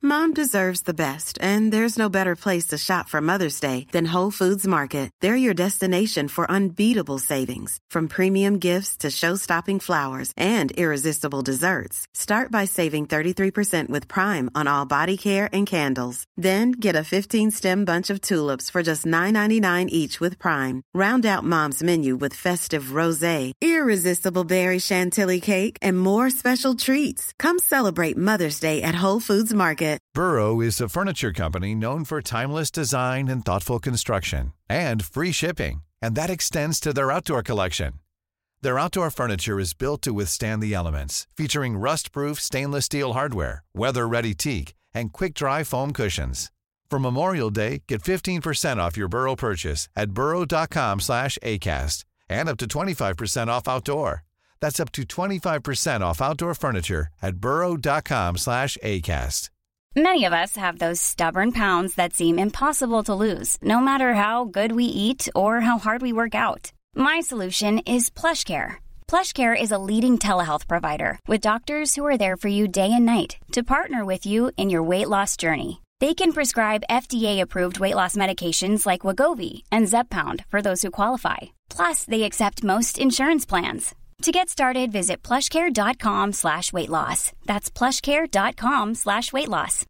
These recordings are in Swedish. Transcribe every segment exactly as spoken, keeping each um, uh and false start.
Mom deserves the best, and there's no better place to shop for Mother's Day than Whole Foods Market. They're your destination for unbeatable savings, from premium gifts to show-stopping flowers and irresistible desserts. Start by saving thirty-three percent with Prime on all body care and candles. Then get a fifteen-stem bunch of tulips for just nine ninety-nine each with Prime. Round out Mom's menu with festive rosé, irresistible berry chantilly cake, and more special treats. Come celebrate Mother's Day at Whole Foods Market. Burrow is a furniture company known for timeless design and thoughtful construction, and free shipping, and that extends to their outdoor collection. Their outdoor furniture is built to withstand the elements, featuring rust-proof stainless steel hardware, weather-ready teak, and quick-dry foam cushions. For Memorial Day, get fifteen percent off your Burrow purchase at burrow.com slash ACAST and up to twenty-five percent off outdoor. That's up to twenty-five percent off outdoor furniture at burrow.com slash ACAST. Many of us have those stubborn pounds that seem impossible to lose, no matter how good we eat or how hard we work out. My solution is PlushCare. PlushCare is a leading telehealth provider with doctors who are there for you day and night to partner with you in your weight loss journey. They can prescribe F D A-approved weight loss medications like Wegovy and Zepbound for those who qualify. Plus, they accept most insurance plans. To get started, visit plushcare.com slash weight loss. That's plushcare.com slash weight loss.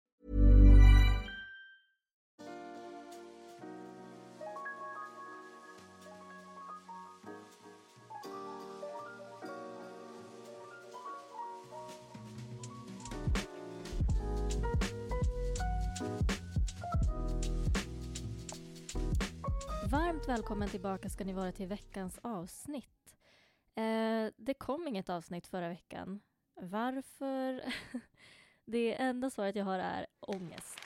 Varmt välkommen tillbaka ska ni vara till veckans avsnitt. Eh, det kom inget avsnitt förra veckan. Varför? Det enda svaret jag har är ångest.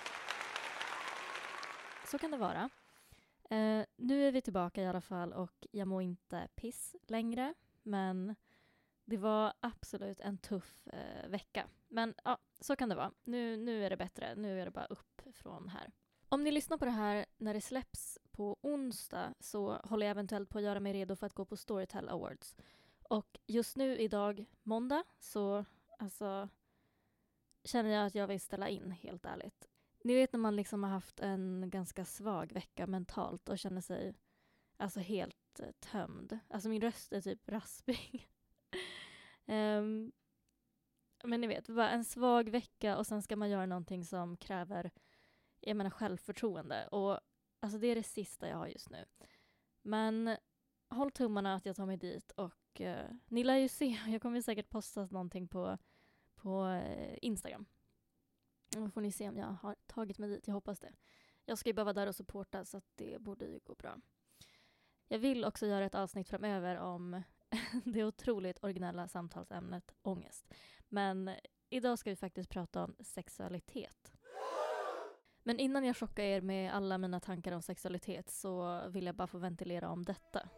Så kan det vara. Eh, nu är vi tillbaka i alla fall och jag mår inte piss längre. Men det var absolut en tuff eh, vecka. Men ja, så kan det vara. Nu, nu är det bättre. Nu är det bara upp från här. Om ni lyssnar på det här när det släpps på onsdag så håller jag eventuellt på att göra mig redo för att gå på Storytel Awards. Och just nu idag, måndag, så alltså, känner jag att jag vill ställa in, helt ärligt. Ni vet när man liksom har haft en ganska svag vecka mentalt och känner sig alltså helt eh, tömd. Alltså min röst är typ raspig. um, men ni vet, bara en svag vecka och sen ska man göra någonting som kräver, jag menar, självförtroende. Och alltså det är det sista jag har just nu. Men håll tummarna att jag tar mig dit. Och eh, ni lär ju se. Jag kommer säkert posta någonting på, på eh, Instagram. Då får ni se om jag har tagit mig dit. Jag hoppas det. Jag ska ju bara vara där och supporta, så att det borde ju gå bra. Jag vill också göra ett avsnitt framöver om det otroligt originella samtalsämnet ångest. Men idag ska vi faktiskt prata om sexualitet. Men innan jag chockar er med alla mina tankar om sexualitet så vill jag bara få ventilera om detta.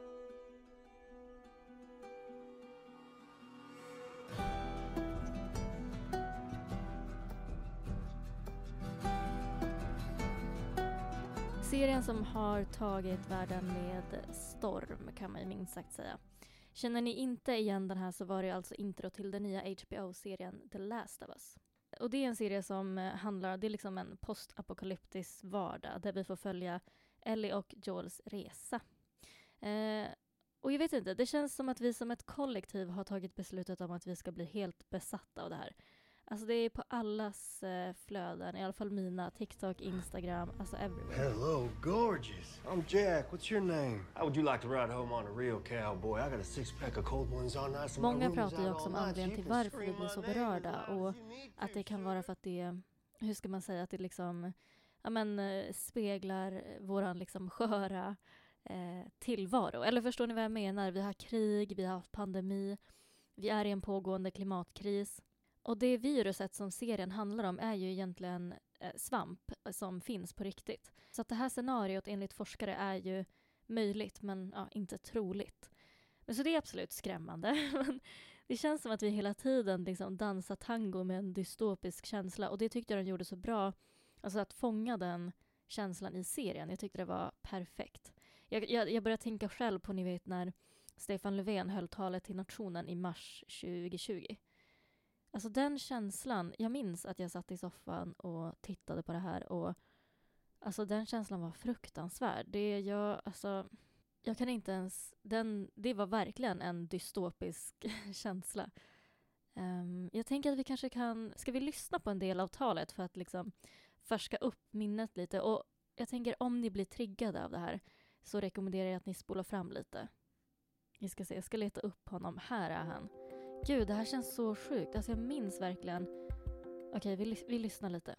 Serien som har tagit världen med storm, kan man ju minst sagt säga. Känner ni inte igen den här så var det alltså intro till den nya H B O-serien The Last of Us. Och det är en serie som handlar, det är liksom en postapokalyptisk vardag där vi får följa Ellie och Joels resa. Eh, och jag vet inte, det känns som att vi som ett kollektiv har tagit beslutet om att vi ska bli helt besatta av det här. Alltså det är på allas eh, flöden, i alla fall mina, TikTok, Instagram, alltså everywhere. Hello, gorgeous. I'm Jack. What's your name? How would you like to ride home on a real cowboy? I got a six pack of cold ones on nice. Många pratar ju också om anledningen till varför vi blir så berörda och att det kan vara för att det, hur ska man säga, att det liksom, ja men, speglar våran liksom sköra eh, tillvaro. Eller förstår ni vad jag menar? Vi har krig, vi har haft pandemi, vi är i en pågående klimatkris. Och det viruset som serien handlar om är ju egentligen eh, svamp som finns på riktigt. Så att det här scenariot enligt forskare är ju möjligt men ja, inte troligt. Men så det är absolut skrämmande. Det känns som att vi hela tiden liksom dansar tango med en dystopisk känsla. Och det tyckte jag de gjorde så bra. Alltså att fånga den känslan i serien. Jag tyckte det var perfekt. Jag, jag, jag började tänka själv på, ni vet, när Stefan Löfven höll talet till nationen i mars tjugo tjugo. Alltså den känslan, jag minns att jag satt i soffan och tittade på det här och alltså den känslan var fruktansvärd. Det jag, alltså, jag kan inte ens, den, det var verkligen en dystopisk känsla. Um, jag tänker att vi kanske kan, ska vi lyssna på en del av talet för att liksom färska upp minnet lite, och jag tänker om ni blir triggade av det här så rekommenderar jag att ni spolar fram lite. Vi ska se, jag ska leta upp honom. Här är han. Gud, det här känns så sjukt. Alltså jag minns verkligen. Okej, vi, vi lyssnar lite.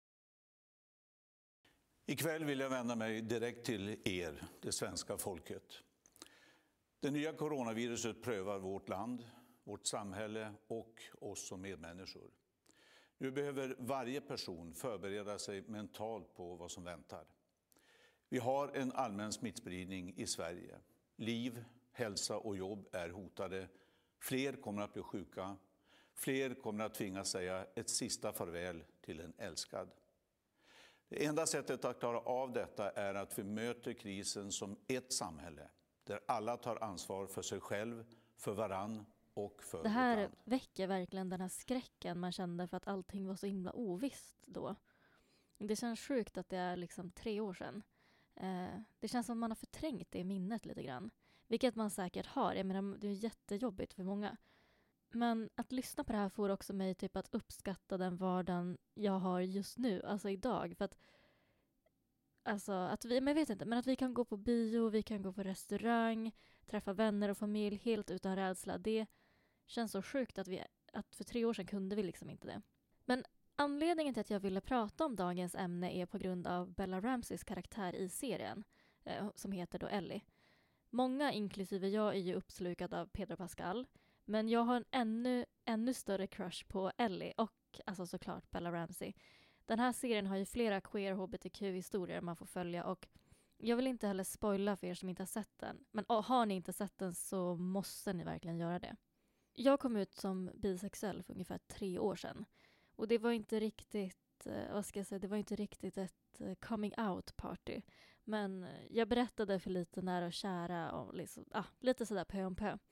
Ikväll vill jag vända mig direkt till er, det svenska folket. Det nya coronaviruset prövar vårt land, vårt samhälle och oss som medmänniskor. Nu behöver varje person förbereda sig mentalt på vad som väntar. Vi har en allmän smittspridning i Sverige. Liv, hälsa och jobb är hotade. Fler kommer att bli sjuka. Fler kommer att tvingas säga ett sista farväl till en älskad. Det enda sättet att klara av detta är att vi möter krisen som ett samhälle. Där alla tar ansvar för sig själv, för varann och för det här vårt land. Väcker verkligen den här skräcken man kände för att allting var så himla ovisst då. Det känns sjukt att det är liksom tre år sedan. Eh, det känns som att man har förträngt det i minnet lite grann. Vilket man säkert har. Jag menar, det är jättejobbigt för många. Men att lyssna på det här får också mig typ att uppskatta den vardagen jag har just nu. Alltså idag. För att, alltså att vi, men jag vet inte, men att vi kan gå på bio, vi kan gå på restaurang, träffa vänner och familj helt utan rädsla. Det känns så sjukt att, vi, att för tre år sedan kunde vi liksom inte det. Men anledningen till att jag ville prata om dagens ämne är på grund av Bella Ramseys karaktär i serien. Eh, som heter då Ellie. Många, inklusive jag, är ju uppslukad av Pedro Pascal. Men jag har en ännu, ännu större crush på Ellie och alltså såklart Bella Ramsey. Den här serien har ju flera queer H B T Q-historier man får följa, och jag vill inte heller spoila för er som inte har sett den. Men har ni inte sett den så måste ni verkligen göra det. Jag kom ut som bisexuell för ungefär tre år sedan. Och det var inte riktigt, vad ska jag säga, det var inte riktigt ett coming out party. Men jag berättade för lite nära och kära och liksom, ah, lite sådär pö om pö.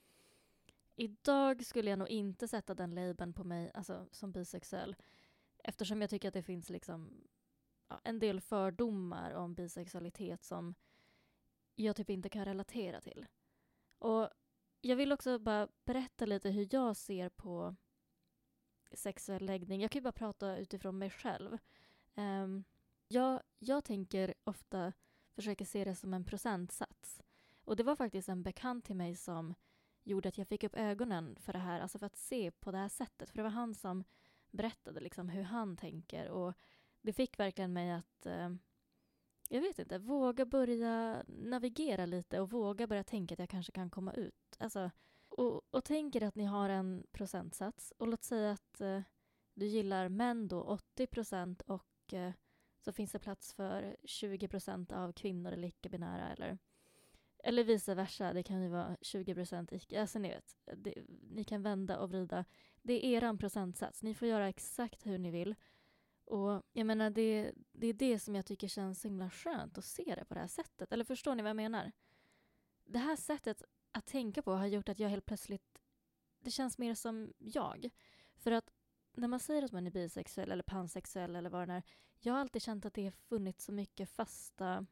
Idag skulle jag nog inte sätta den labeln på mig, alltså som bisexuell. Eftersom jag tycker att det finns liksom ja, en del fördomar om bisexualitet som jag typ inte kan relatera till. Och jag vill också bara berätta lite hur jag ser på sexuell läggning. Jag kan ju bara prata utifrån mig själv. Um, jag, jag tänker ofta försöka se det som en procentsats. Och det var faktiskt en bekant till mig som gjorde att jag fick upp ögonen för det här. Alltså för att se på det här sättet. För det var han som berättade liksom hur han tänker. Och det fick verkligen mig att, uh, jag vet inte, våga börja navigera lite. Och våga börja tänka att jag kanske kan komma ut. Alltså, och, och tänker att ni har en procentsats. Och låt säga att uh, du gillar män då åttio procent och uh, så finns det plats för tjugo procent av kvinnor eller icke-binära. Eller, eller vice versa. Det kan ju vara tjugo procent icke. Alltså ni vet, det, ni kan vända och vrida. Det är eran procentsats. Ni får göra exakt hur ni vill. Och jag menar, det, det är det som jag tycker känns så himla skönt att se det på det här sättet. Eller förstår ni vad jag menar? Det här sättet att tänka på har gjort att jag helt plötsligt, det känns mer som jag. För att när man säger att man är bisexuell eller pansexuell eller vad det är, jag har alltid känt att det har funnits så mycket fasta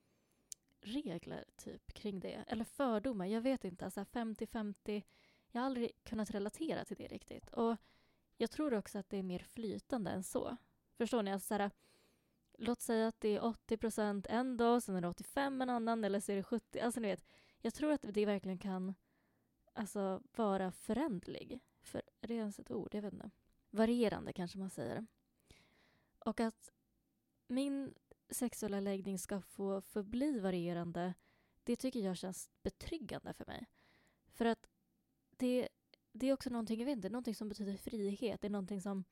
regler typ kring det. Eller fördomar, jag vet inte. Alltså femtio femtio, jag har aldrig kunnat relatera till det riktigt. Och jag tror också att det är mer flytande än så. Förstår ni? Alltså så här, låt säga att det är åttio procent en dag, sen är det åttiofem en annan, eller så är det sjuttio. Alltså ni vet, jag tror att det verkligen kan alltså vara förändlig. För är det ens ett ord? Jag vet inte. Varierande kanske man säger. Och att min sexuella läggning ska få förbli varierande, det tycker jag känns betryggande för mig. För att det, det är också någonting, jag vet inte, någonting som betyder frihet. Det är någonting som,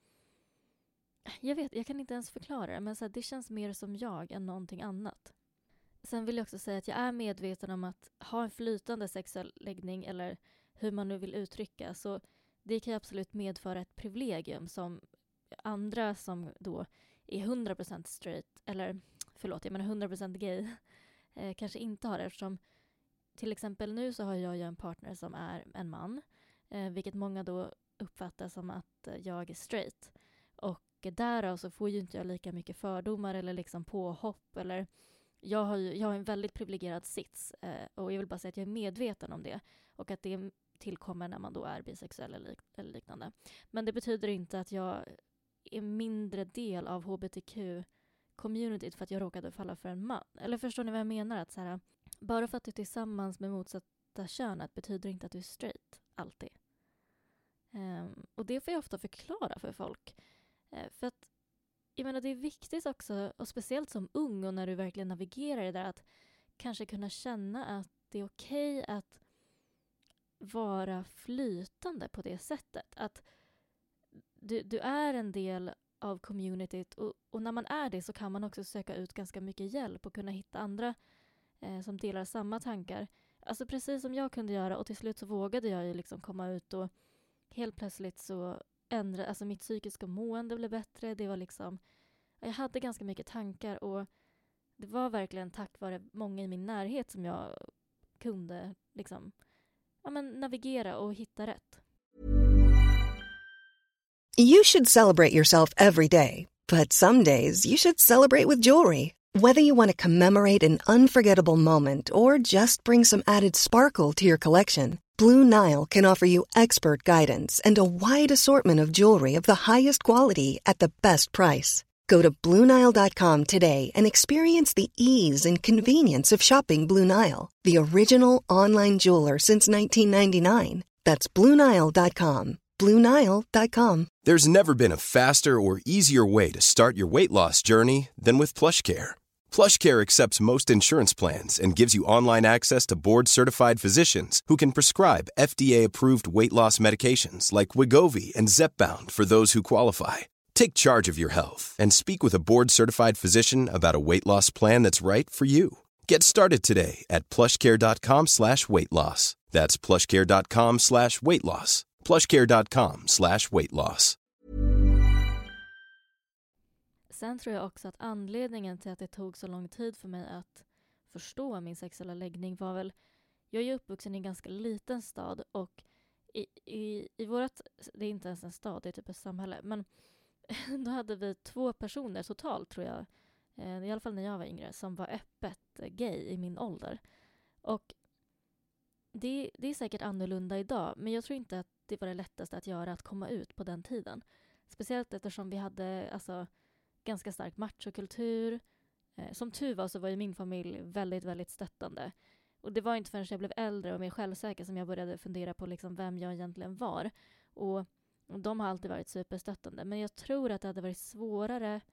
jag vet, jag kan inte ens förklara det, men så här, det känns mer som jag än någonting annat. Sen vill jag också säga att jag är medveten om att ha en flytande sexuell läggning, eller hur man nu vill uttrycka, så det kan absolut medföra ett privilegium som andra som då är hundra procent straight, eller förlåt, jag menar hundra procent gay, eh, kanske inte har det, eftersom till exempel nu så har jag ju en partner som är en man, eh, vilket många då uppfattas som att jag är straight. Och därav så får ju inte jag lika mycket fördomar eller liksom påhopp. Eller jag, har ju, jag har en väldigt privilegierad sits. Eh, och jag vill bara säga att jag är medveten om det. Och att det tillkommer när man då är bisexuell eller, eller liknande. Men det betyder inte att jag är mindre del av H B T Q-communityt för att jag råkade falla för en man. Eller förstår ni vad jag menar? Att så här, bara för att du är tillsammans med motsatta könet betyder inte att du är straight. Alltid. Um, och det får jag ofta förklara för folk. Uh, för att jag menar, det är viktigt också, och speciellt som ung och när du verkligen navigerar det där, att kanske kunna känna att det är okej att vara flytande på det sättet. Att du, du är en del av communityt och, och när man är det så kan man också söka ut ganska mycket hjälp och kunna hitta andra eh, som delar samma tankar. Alltså precis som jag kunde göra, och till slut så vågade jag ju liksom komma ut och helt plötsligt så ändrade, alltså mitt psykiska mående blev bättre. Det var liksom, jag hade ganska mycket tankar och det var verkligen tack vare många i min närhet som jag kunde liksom, ja, men navigera och hitta rätt. You should celebrate yourself every day, but some days you should celebrate with jewelry. Whether you want to commemorate an unforgettable moment or just bring some added sparkle to your collection, Blue Nile can offer you expert guidance and a wide assortment of jewelry of the highest quality at the best price. Go to Blue Nile dot com today and experience the ease and convenience of shopping Blue Nile, the original online jeweler since nineteen ninety-nine. That's Blue Nile dot com. Blue Nile dot com. There's never been a faster or easier way to start your weight loss journey than with PlushCare. PlushCare accepts most insurance plans and gives you online access to board-certified physicians who can prescribe F D A-approved weight loss medications like Wegovy and Zepbound for those who qualify. Take charge of your health and speak with a board-certified physician about a weight loss plan that's right for you. Get started today at plushcare.com slash weight loss. That's plushcare.com slash weight loss. plushcare.com slash weight loss. Sen tror jag också att anledningen till att det tog så lång tid för mig att förstå min sexuella läggning var väl, jag är ju uppvuxen i en ganska liten stad och i, i, i vårat, det är inte ens en stad, det är typ ett samhälle, men då hade vi två personer totalt tror jag, eh, i alla fall när jag var yngre, som var öppet gay i min ålder. Och det, det är säkert annorlunda idag, men jag tror inte att det var det lättaste att göra att komma ut på den tiden. Speciellt eftersom vi hade alltså ganska stark machokultur. Eh, som tur var så var ju min familj väldigt, väldigt stöttande. Och det var inte förrän jag blev äldre och mer självsäker som jag började fundera på liksom vem jag egentligen var. Och, och de har alltid varit superstöttande. Men jag tror att det hade varit svårare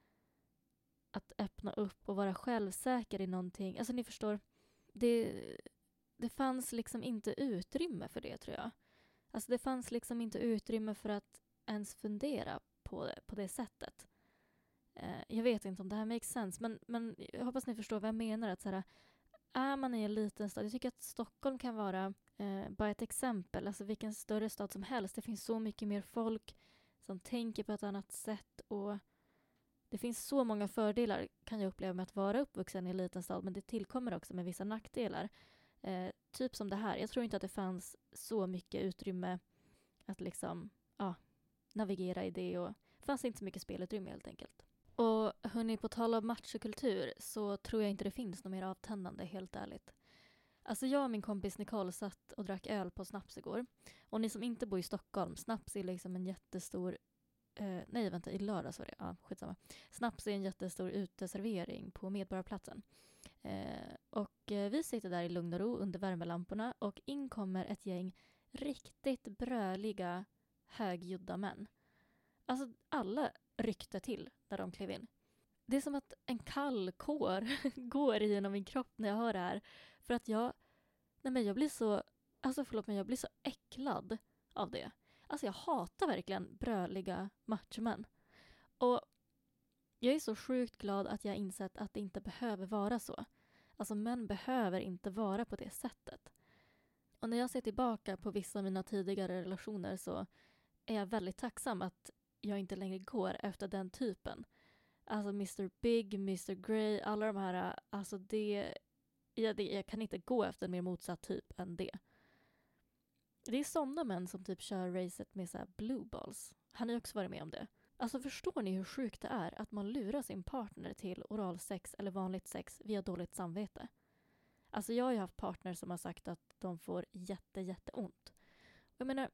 att öppna upp och vara självsäker i någonting. Alltså ni förstår, det, det fanns liksom inte utrymme för det tror jag. Alltså det fanns liksom inte utrymme för att ens fundera på det, på det sättet. Eh, jag vet inte om det här makes sense, men, men jag hoppas ni förstår vad jag menar. Att så här, är man i en liten stad, jag tycker att Stockholm kan vara eh, bara ett exempel. Alltså vilken större stad som helst. Det finns så mycket mer folk som tänker på ett annat sätt. Och det finns så många fördelar kan jag uppleva med att vara uppvuxen i en liten stad. Men det tillkommer också med vissa nackdelar. Eh, typ som det här. Jag tror inte att det fanns så mycket utrymme att liksom ja, navigera i det. Och det fanns inte så mycket spelutrymme helt enkelt. Och hörni, på tal om machokultur så tror jag inte det finns något mer avtändande, helt ärligt. Alltså jag och min kompis Nicole satt och drack öl på Snaps igår. Och ni som inte bor i Stockholm, Snaps är liksom en jättestor... Eh, nej, vänta, i lördags var det. Ja, skitsamma. Snaps är en jättestor uteservering på Medborgarplatsen. Eh, och eh, vi sitter där i lugn och ro under värmelamporna och in kommer ett gäng riktigt bröliga, högljudda män. Alltså alla ryckte till där de klev in. Det är som att en kall kår går igenom min kropp när jag hör det här. För att jag, nej men jag blir så, alltså förlåt men jag blir så äcklad av det. Alltså jag hatar verkligen bröliga matchmän. Och jag är så sjukt glad att jag insett att det inte behöver vara så. Alltså män behöver inte vara på det sättet. Och när jag ser tillbaka på vissa av mina tidigare relationer så är jag väldigt tacksam att jag inte längre går efter den typen. Alltså mister Big, mister Grey, alla de här, alltså det jag, det, jag kan inte gå efter en mer motsatt typ än det. Det är sådana män som typ kör racet med så här blue balls. Han har ju också varit med om det. Alltså förstår ni hur sjukt det är att man lurar sin partner till oralsex eller vanligt sex via dåligt samvete? Alltså jag har ju haft partner som har sagt att de får jätte, jätte ont. Jag menar,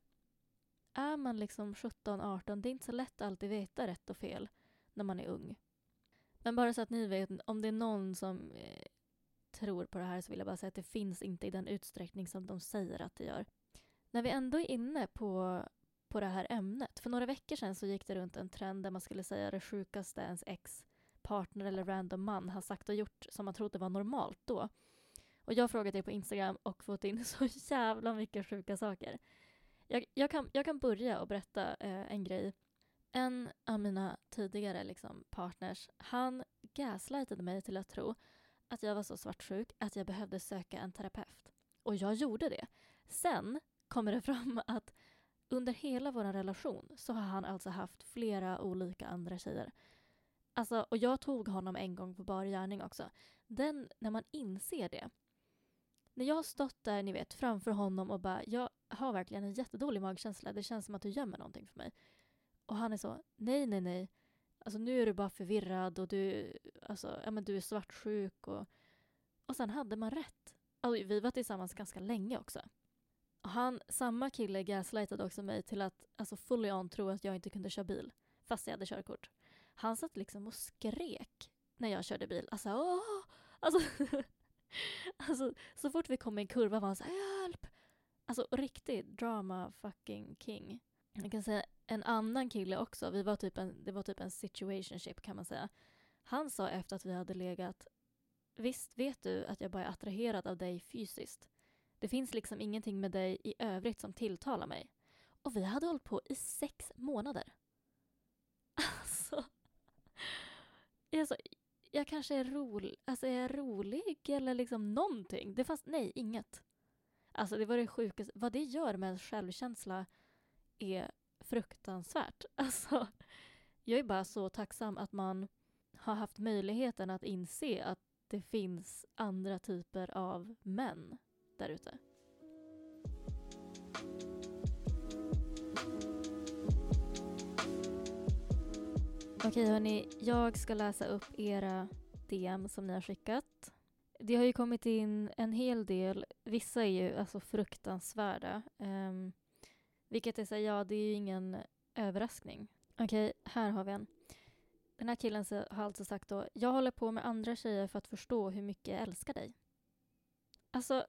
är man liksom sjutton arton, det är inte så lätt att alltid veta rätt och fel när man är ung. Men bara så att ni vet, om det är någon som eh, tror på det här så vill jag bara säga att det finns inte i den utsträckning som de säger att det gör. När vi ändå är inne på, på det här ämnet, för några veckor sedan så gick det runt en trend där man skulle säga det sjukaste ens ex-partner eller random man har sagt och gjort som man trodde var normalt då. Och jag frågade er på Instagram och fått in så jävla mycket sjuka saker. Jag, jag, kan, jag kan börja och berätta eh, en grej. En av mina tidigare liksom, partners, han gaslightade mig till att tro att jag var så svartsjuk att jag behövde söka en terapeut. Och jag gjorde det. Sen kommer det fram att under hela vår relation så har han alltså haft flera olika andra tjejer. Alltså, och jag tog honom en gång på bar gärning också. Den, när man inser det. När jag har stått där, ni vet, framför honom och bara, jag har verkligen en jättedålig magkänsla. Det känns som att du gömmer någonting för mig. Och han är så, nej, nej, nej. Alltså nu är du bara förvirrad och du, alltså, ja, men du är svartsjuk. Och, och sen hade man rätt. Alltså, vi var tillsammans ganska länge också. Och han, samma kille gaslightade också mig till att alltså fully on tro att jag inte kunde köra bil. Fast jag hade körkort. Han satt liksom och skrek när jag körde bil. Alltså, åh! Alltså, alltså så fort vi kom i en kurva var han så här, hjälp! Alltså riktigt drama fucking king. Jag kan säga en annan kille också. Vi var typ en, det var typ en situationship kan man säga. Han sa efter att vi hade legat, visst vet du att jag bara är attraherad av dig fysiskt. Det finns liksom ingenting med dig i övrigt som tilltalar mig. Och vi hade hållit på i sex månader. Alltså. alltså jag kanske är rolig. Alltså är jag rolig eller liksom någonting? Det fanns, nej, inget. Alltså det var det sjukaste. Vad det gör med ens självkänsla är fruktansvärt. Alltså jag är bara så tacksam att man har haft möjligheten att inse att det finns andra typer av män där ute. Okej hörni, jag ska läsa upp era D M som ni har skickat. Det har ju kommit in en hel del. Vissa är ju alltså fruktansvärda. Um, vilket är så, ja, det är ju ingen överraskning. Okej, här har vi en. Den här killen har alltså sagt då, jag håller på med andra tjejer för att förstå hur mycket jag älskar dig. Alltså,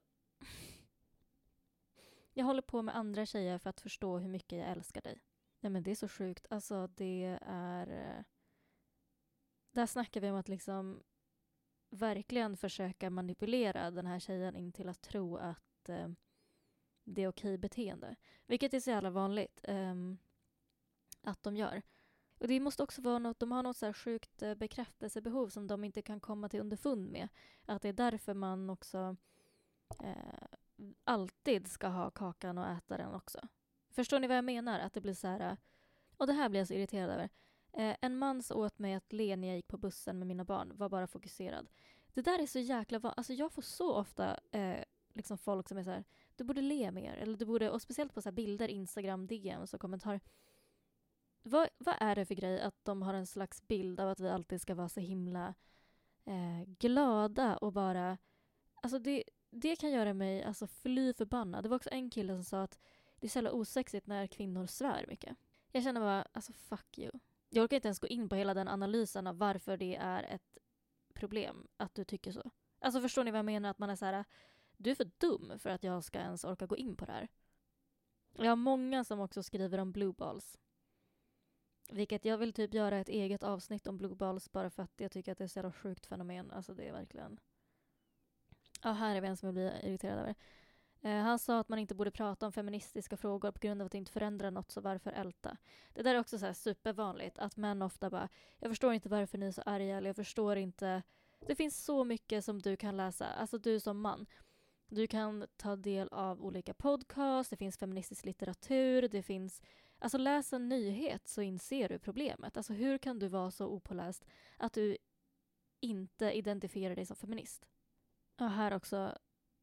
jag håller på med andra tjejer för att förstå hur mycket jag älskar dig. Nej men det är så sjukt. Alltså det är... Där snackar vi om att liksom verkligen försöka manipulera den här tjejen in till att tro att eh, det är okej beteende. Vilket är så jävla vanligt eh, att de gör. Och det måste också vara något, de har något så här sjukt eh, bekräftelsebehov som de inte kan komma till underfund med. Att det är därför man också eh, alltid ska ha kakan och äta den också. Förstår ni vad jag menar? Att det blir så här... Och det här blir jag så irriterad över. Eh, en man sa åt mig att le när jag gick på bussen med mina barn. Var bara fokuserad. Det där är så jäkla... Va- alltså jag får så ofta eh, liksom folk som är så här... Du borde le mer. Eller du borde... Och speciellt på så här bilder, Instagram, D M och kommentarer. Vad, vad är det för grej att de har en slags bild av att vi alltid ska vara så himla eh, glada och bara... Alltså det, det kan göra mig alltså fly förbannad. Det var också en kille som sa att det är så jävla osexigt när kvinnor svär mycket. Jag känner bara, alltså fuck you. Jag orkar inte ens gå in på hela den analysen av varför det är ett problem att du tycker så. Alltså förstår ni vad jag menar? Att man är så här, du är för dum för att jag ska ens orka gå in på det här. Jag har många som också skriver om blue balls. Vilket jag vill typ göra ett eget avsnitt om blue balls bara för att jag tycker att det är så jävla sjukt fenomen. Alltså det är verkligen... Ja, här är vi en som jag blir irriterad över. Eh, han sa att man inte borde prata om feministiska frågor på grund av att det inte förändrar något, så varför älta? Det där är också så här supervanligt, att män ofta bara, jag förstår inte varför ni är så arga, eller jag förstår inte. Det finns så mycket som du kan läsa, alltså du som man. Du kan ta del av olika podcasts, det finns feministisk litteratur, det finns... Alltså läs en nyhet så inser du problemet. Alltså hur kan du vara så opåläst att du inte identifierar dig som feminist? Och här också...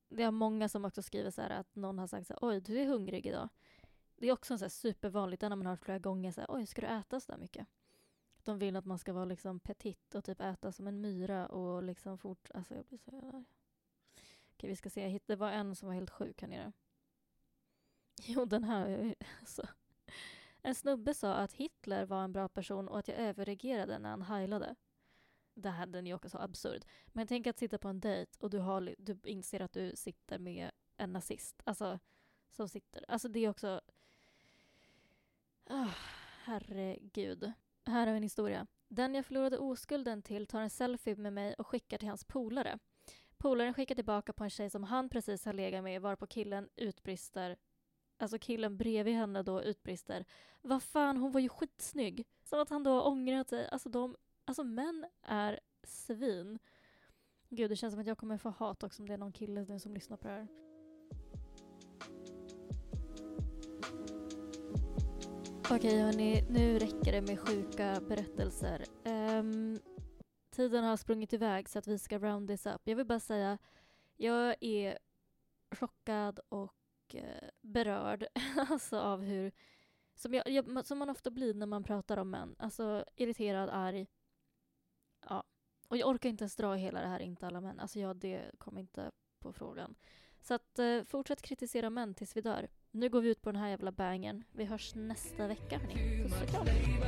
det är många som också skriver så här att någon har sagt så här, oj, du är hungrig idag. Det är också så här supervanligt när man har hört flera gånger så här, oj, ska du äta så där mycket? De vill att man ska vara liksom petit och typ äta som en myra och liksom fort, alltså jag blir så här. Okej, vi ska se, det var en som var helt sjuk här nere. Jo, den här, alltså. En snubbe sa att Hitler var en bra person och att jag överreagerade när han heilade. Det här den är ju också så absurd. Men tänk att sitta på en dejt och du, har, du inser att du sitter med en nazist. Alltså, som sitter. Alltså det är också... Oh, herregud. Här har vi en historia. Den jag förlorade oskulden till tar en selfie med mig och skickar till hans polare. Polaren skickar tillbaka på en tjej som han precis har legat med, varpå killen utbrister. Alltså killen bredvid henne då utbrister. Vad fan, hon var ju skitsnygg. Som att han då har ångrat sig. Alltså de... Alltså män är svin. Gud, det känns som att jag kommer få hat också om det är någon kille som lyssnar på det här. Okej hörni, nu räcker det med sjuka berättelser. Um, tiden har sprungit iväg så att vi ska round this up. Jag vill bara säga, jag är chockad och uh, berörd alltså av hur, som, jag, jag, som man ofta blir när man pratar om män. Alltså irriterad, arg. Ja, och jag orkar inte ens dra hela det här, inte alla män. Alltså ja, det kommer inte på frågan. Så att uh, fortsätt kritisera män tills vi dör. Nu går vi ut på den här jävla bangen. Vi hörs nästa vecka, hörni. Puss och kram.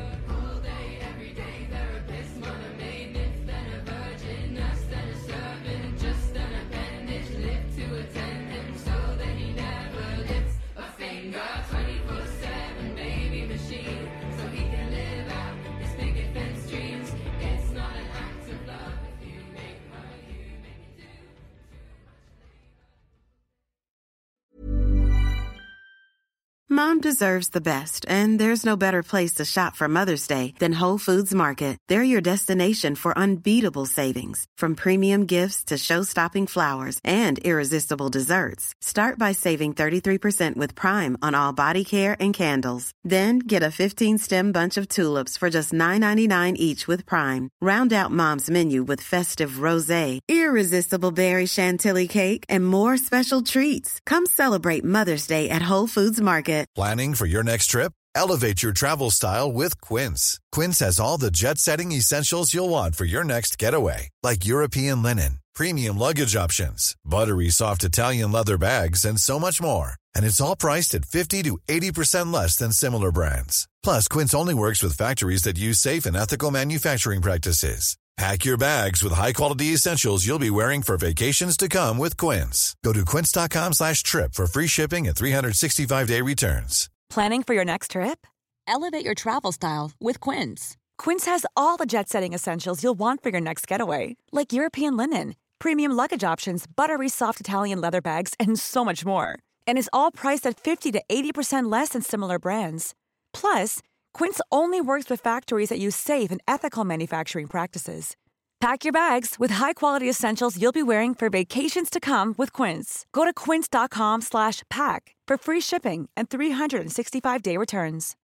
Mom deserves the best, and there's no better place to shop for Mother's Day than Whole Foods Market. They're your destination for unbeatable savings, from premium gifts to show-stopping flowers and irresistible desserts. Start by saving thirty-three percent with Prime on all body care and candles. Then get a fifteen-stem bunch of tulips for just nine ninety-nine each with Prime. Round out Mom's menu with festive rosé, irresistible berry chantilly cake, and more special treats. Come celebrate Mother's Day at Whole Foods Market. Planning for your next trip? Elevate your travel style with Quince. Quince has all the jet-setting essentials you'll want for your next getaway, like European linen, premium luggage options, buttery soft Italian leather bags, and so much more. And it's all priced at fifty to eighty percent less than similar brands. Plus, Quince only works with factories that use safe and ethical manufacturing practices. Pack your bags with high-quality essentials you'll be wearing for vacations to come with Quince. Go to quince.com slash trip for free shipping and three sixty-five day returns. Planning for your next trip? Elevate your travel style with Quince. Quince has all the jet-setting essentials you'll want for your next getaway, like European linen, premium luggage options, buttery soft Italian leather bags, and so much more. And is all priced at fifty to eighty percent less than similar brands. Plus, Quince only works with factories that use safe and ethical manufacturing practices. Pack your bags with high-quality essentials you'll be wearing for vacations to come with Quince. Go to quince.com slash pack for free shipping and three sixty-five day returns.